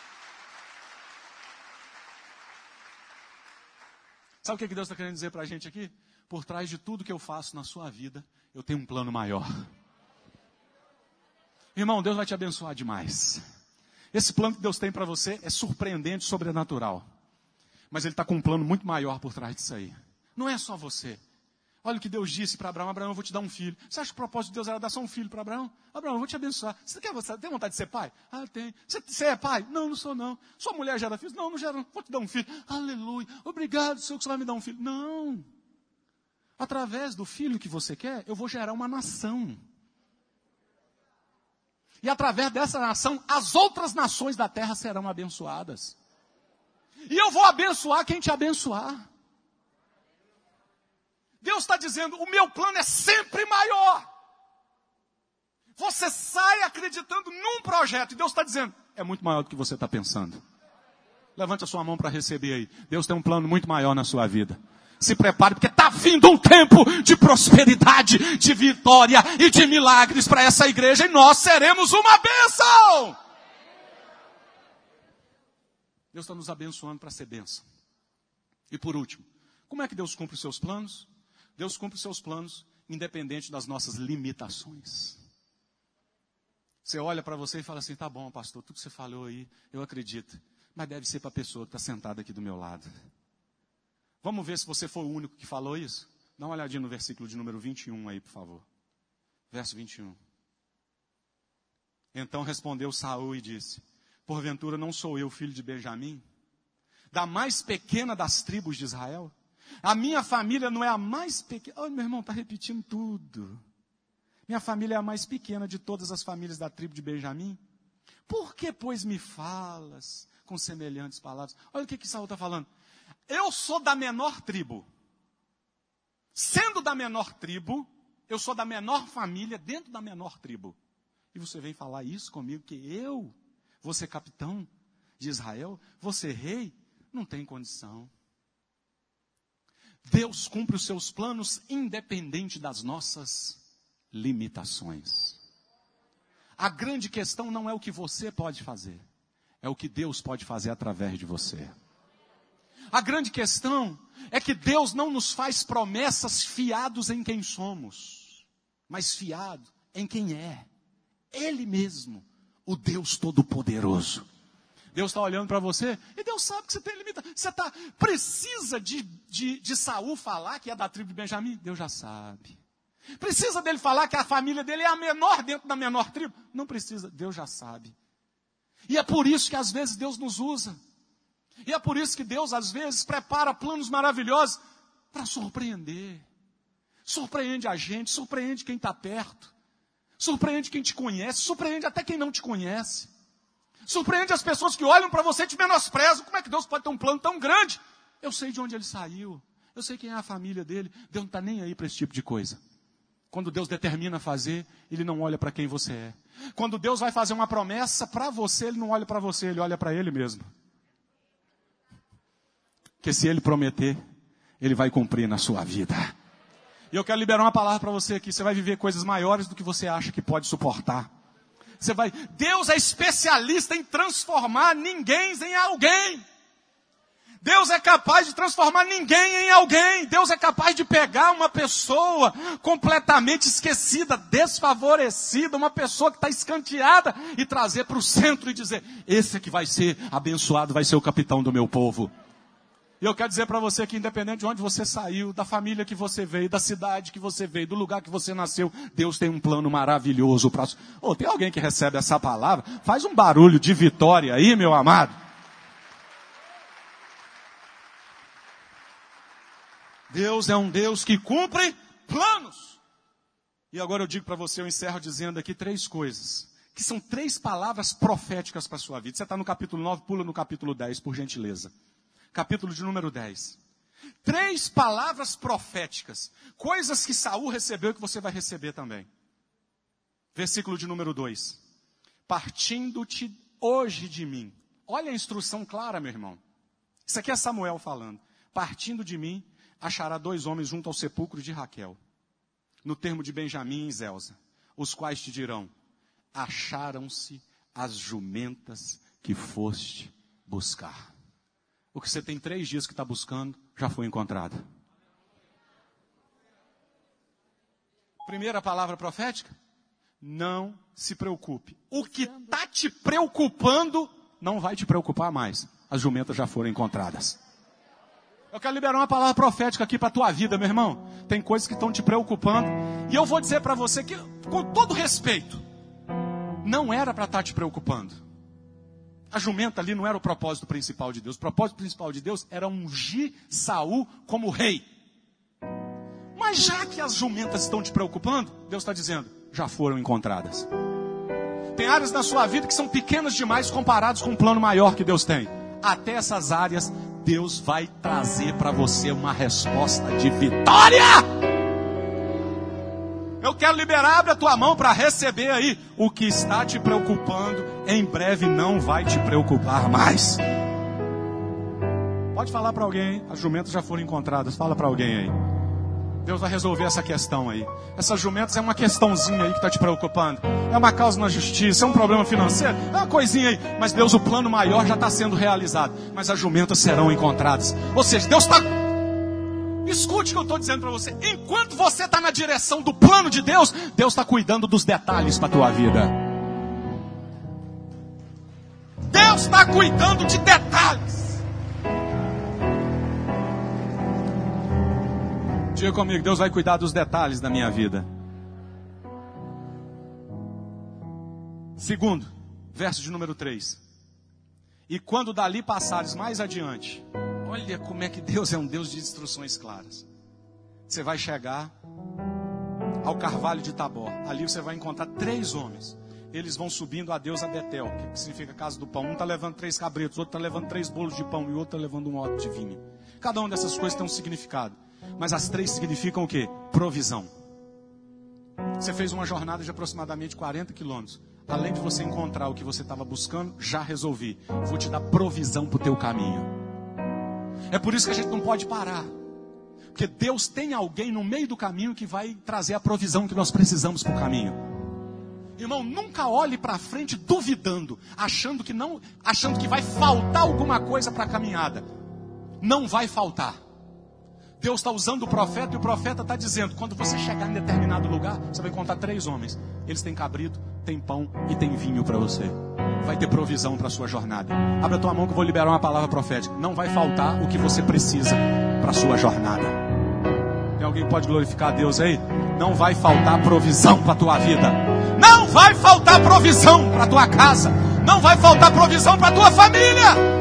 Sabe o que Deus está querendo dizer para a gente aqui? Por trás de tudo que eu faço na sua vida, eu tenho um plano maior. Irmão, Deus vai te abençoar demais. Esse plano que Deus tem para você é surpreendente, sobrenatural. Mas Ele está com um plano muito maior por trás disso aí. Não é só você. Olha o que Deus disse para Abraão: Abraão, eu vou te dar um filho. Você acha que o propósito de Deus era dar só um filho para Abraão? Abraão, eu vou te abençoar. Você tem vontade de ser pai? Ah, tem. Você é pai? Não, não sou não. Sua mulher gera filhos? Não, não gera. Vou te dar um filho. Aleluia. Obrigado, Senhor, que você vai me dar um filho. Não. Através do filho que você quer, eu vou gerar uma nação. E através dessa nação, as outras nações da terra serão abençoadas. E eu vou abençoar quem te abençoar. Deus está dizendo, o meu plano é sempre maior. Você sai acreditando num projeto, e Deus está dizendo, é muito maior do que você está pensando. Levante a sua mão para receber aí. Deus tem um plano muito maior na sua vida. Se prepare, porque está vindo um tempo de prosperidade, de vitória e de milagres para essa igreja. E nós seremos uma bênção. Deus está nos abençoando para ser bênção. E por último, como é que Deus cumpre os seus planos? Deus cumpre os seus planos independente das nossas limitações. Você olha para você e fala assim, tá bom, pastor, tudo que você falou aí, eu acredito. Mas deve ser para a pessoa que está sentada aqui do meu lado. Vamos ver se você foi o único que falou isso? Dá uma olhadinha no versículo de número 21 aí, por favor. Verso 21. Então respondeu Saul e disse, porventura não sou eu filho de Benjamim? Da mais pequena das tribos de Israel? A minha família não é a mais pequena. Oh, meu irmão, está repetindo tudo. Minha família é a mais pequena de todas as famílias da tribo de Benjamim. Por que, pois, me falas com semelhantes palavras? Olha o que Saul está falando. Eu sou da menor tribo. Sendo da menor tribo, eu sou da menor família dentro da menor tribo. E você vem falar isso comigo, que eu vou ser capitão de Israel, vou ser rei? Não tem condição. Deus cumpre os seus planos independente das nossas limitações. A grande questão não é o que você pode fazer, é o que Deus pode fazer através de você. A grande questão é que Deus não nos faz promessas fiados em quem somos, mas fiado em quem é. Ele mesmo, o Deus Todo-Poderoso. Deus está olhando para você e Deus sabe que você tem limitação. Precisa de Saul falar que é da tribo de Benjamim? Deus já sabe. Precisa dele falar que a família dele é a menor dentro da menor tribo? Não precisa, Deus já sabe. E é por isso que às vezes Deus nos usa. E é por isso que Deus, às vezes, prepara planos maravilhosos para surpreender. Surpreende a gente, surpreende quem está perto. Surpreende quem te conhece, surpreende até quem não te conhece. Surpreende as pessoas que olham para você e te menosprezam. Como é que Deus pode ter um plano tão grande? Eu sei de onde ele saiu. Eu sei quem é a família dele. Deus não está nem aí para esse tipo de coisa. Quando Deus determina fazer, Ele não olha para quem você é. Quando Deus vai fazer uma promessa para você, Ele não olha para você, Ele olha para Ele mesmo. Porque se Ele prometer, Ele vai cumprir na sua vida. E eu quero liberar uma palavra para você aqui. Você vai viver coisas maiores do que você acha que pode suportar. Deus é especialista em transformar ninguém em alguém. Deus é capaz de transformar ninguém em alguém. Deus é capaz de pegar uma pessoa completamente esquecida, desfavorecida, uma pessoa que está escanteada e trazer para o centro e dizer, esse é que vai ser abençoado, vai ser o capitão do meu povo. E eu quero dizer para você que independente de onde você saiu, da família que você veio, da cidade que você veio, do lugar que você nasceu, Deus tem um plano maravilhoso para... tem alguém que recebe essa palavra? Faz um barulho de vitória aí, meu amado. Deus é um Deus que cumpre planos. E agora eu digo para você, eu encerro dizendo aqui 3 coisas, que são 3 palavras proféticas para a sua vida. Você está no capítulo 9, pula no capítulo 10, por gentileza. capítulo de número 10. 3 palavras proféticas, coisas que Saul recebeu e que você vai receber também. Versículo de número 2. Partindo-te hoje de mim. Olha a instrução clara, meu irmão. Isso aqui é Samuel falando. Partindo de mim, achará 2 homens junto ao sepulcro de Raquel, no termo de Benjamim e Zelza, os quais te dirão: acharam-se as jumentas que foste buscar. O que você tem 3 dias que está buscando, já foi encontrado. Primeira palavra profética: não se preocupe. O que está te preocupando, não vai te preocupar mais. As jumentas já foram encontradas. Eu quero liberar uma palavra profética aqui para a tua vida, meu irmão. Tem coisas que estão te preocupando. E eu vou dizer para você que, com todo respeito, não era para estar te preocupando. A jumenta ali não era o propósito principal de Deus. O propósito principal de Deus era ungir Saul como rei. Mas já que as jumentas estão te preocupando, Deus está dizendo: já foram encontradas. Tem áreas da sua vida que são pequenas demais comparadas com um plano maior que Deus tem. Até essas áreas, Deus vai trazer para você uma resposta de vitória. Eu quero liberar, abre a tua mão para receber aí. O que está te preocupando, em breve não vai te preocupar mais. Pode falar para alguém, hein? As jumentas já foram encontradas. Fala para alguém aí. Deus vai resolver essa questão aí. Essas jumentas é uma questãozinha aí que está te preocupando. É uma causa na justiça, é um problema financeiro, é uma coisinha aí. Mas Deus, o plano maior já está sendo realizado. Mas as jumentas serão encontradas. Ou seja, Deus está... Escute o que eu estou dizendo para você. Enquanto você está na direção do plano de Deus, Deus está cuidando dos detalhes para a tua vida. Deus está cuidando de detalhes. Diga comigo, Deus vai cuidar dos detalhes da minha vida. Segundo, verso de número 3. E quando dali passares mais adiante, olha como é que Deus é um Deus de instruções claras. Você vai chegar ao carvalho de Tabor. Ali você vai encontrar 3 homens. Eles vão subindo a Deus a Betel, que significa casa do pão. Um está levando 3 cabritos, outro está levando 3 bolos de pão e o outro está levando um odre de vinho. Cada uma dessas coisas tem um significado. Mas as 3 significam o quê? Provisão. Você fez uma jornada de aproximadamente 40 quilômetros. Além de você encontrar o que você estava buscando, já resolvi. Vou te dar provisão para o teu caminho. É por isso que a gente não pode parar. Porque Deus tem alguém no meio do caminho que vai trazer a provisão que nós precisamos para o caminho. Irmão, nunca olhe para frente duvidando, achando que vai faltar alguma coisa para a caminhada. Não vai faltar. Deus está usando o profeta e o profeta está dizendo: quando você chegar em determinado lugar, você vai encontrar 3 homens. Eles têm cabrito, têm pão e têm vinho para você. Vai ter provisão para a sua jornada. Abre a tua mão que eu vou liberar uma palavra profética. Não vai faltar o que você precisa para a sua jornada. Tem alguém que pode glorificar a Deus aí? Não vai faltar provisão para a tua vida. Não vai faltar provisão para a tua casa. Não vai faltar provisão para a tua família.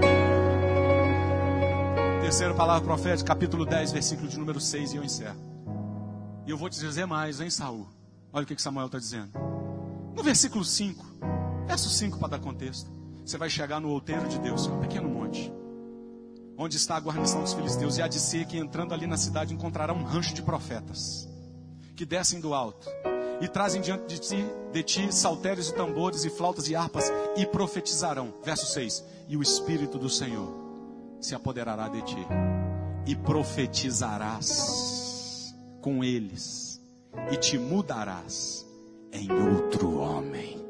Terceira palavra profética, capítulo 10, versículo de número 6, e eu encerro. E eu vou te dizer mais, hein, Saul? Olha o que Samuel está dizendo. No versículo 5, verso 5 para dar contexto. Você vai chegar no outeiro de Deus, um pequeno monte, onde está a guarnição dos filisteus. E há de ser que entrando ali na cidade encontrará um rancho de profetas, que descem do alto, e trazem diante de ti saltérios e tambores e flautas e harpas, e profetizarão. Verso 6, e o Espírito do Senhor se apoderará de ti, e profetizarás com eles, e te mudarás em outro homem.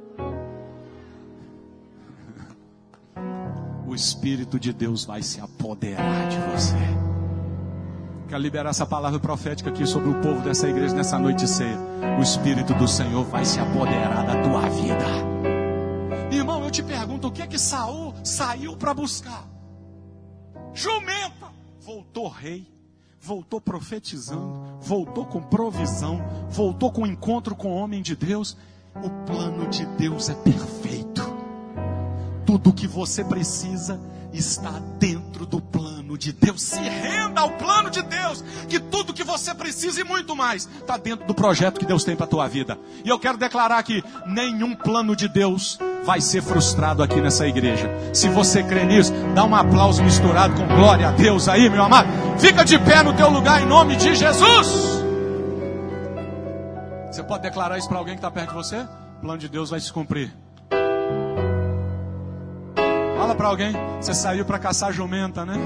O Espírito de Deus vai se apoderar de você. Quero liberar essa palavra profética aqui sobre o povo dessa igreja nessa noite de ceia. O Espírito do Senhor vai se apoderar da tua vida. Irmão, eu te pergunto, o que é que Saul saiu para buscar? Jumenta. Voltou rei, voltou profetizando, voltou com provisão, voltou com encontro com o homem de Deus. O plano de Deus é perfeito. Tudo o que você precisa está dentro do plano de Deus. Se renda ao plano de Deus, que tudo que você precisa e muito mais está dentro do projeto que Deus tem para a tua vida. E eu quero declarar aqui: nenhum plano de Deus vai ser frustrado aqui nessa igreja. Se você crê nisso, dá um aplauso misturado com glória a Deus aí, meu amado. Fica de pé no teu lugar em nome de Jesus. Você pode declarar isso para alguém que está perto de você? O plano de Deus vai se cumprir. Fala para alguém, você saiu para caçar jumenta, né?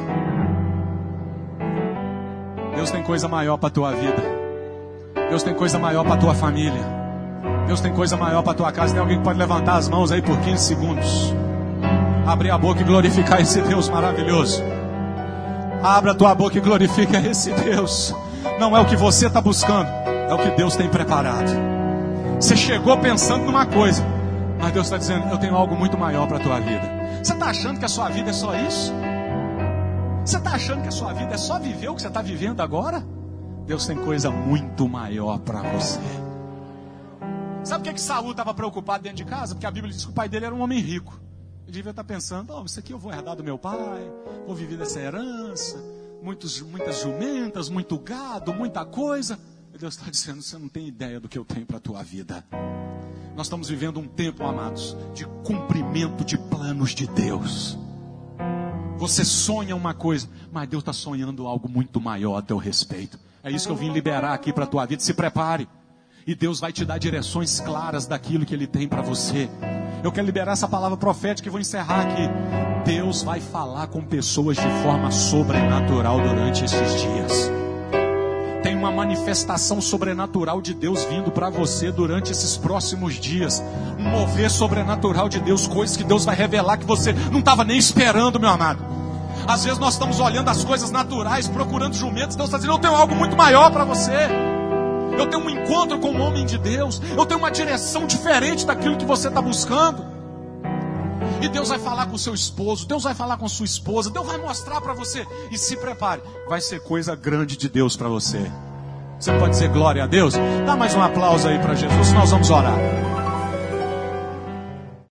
Deus tem coisa maior para a tua vida. Deus tem coisa maior para a tua família. Deus tem coisa maior para a tua casa. Tem alguém que pode levantar as mãos aí por 15 segundos. Abrir a boca e glorificar esse Deus maravilhoso. Abra a tua boca e glorifica esse Deus. Não é o que você está buscando, é o que Deus tem preparado. Você chegou pensando numa coisa, mas Deus está dizendo, eu tenho algo muito maior para a tua vida. Você está achando que a sua vida é só isso? Você está achando que a sua vida é só viver o que você está vivendo agora? Deus tem coisa muito maior para você. Sabe o que Saul estava preocupado dentro de casa? Porque a Bíblia diz que o pai dele era um homem rico. Ele devia estar pensando, isso aqui eu vou herdar do meu pai, vou viver dessa herança, muitas jumentas, muito gado, muita coisa. E Deus está dizendo, você não tem ideia do que eu tenho para a tua vida. Nós estamos vivendo um tempo, amados, de cumprimento de planos de Deus. Você sonha uma coisa, mas Deus está sonhando algo muito maior a teu respeito. É isso que eu vim liberar aqui para a tua vida. Se prepare. E Deus vai te dar direções claras daquilo que Ele tem para você. Eu quero liberar essa palavra profética e vou encerrar aqui. Deus vai falar com pessoas de forma sobrenatural durante esses dias. Tem uma manifestação sobrenatural de Deus vindo para você durante esses próximos dias. Um mover sobrenatural de Deus, coisas que Deus vai revelar que você não estava nem esperando, meu amado. Às vezes nós estamos olhando as coisas naturais, procurando jumentos. Deus está dizendo, eu tenho algo muito maior para você. Eu tenho um encontro com o homem de Deus. Eu tenho uma direção diferente daquilo que você está buscando. E Deus vai falar com o seu esposo, Deus vai falar com a sua esposa, Deus vai mostrar para você. E se prepare, vai ser coisa grande de Deus para você. Você pode dizer glória a Deus? Dá mais um aplauso aí para Jesus, nós vamos orar.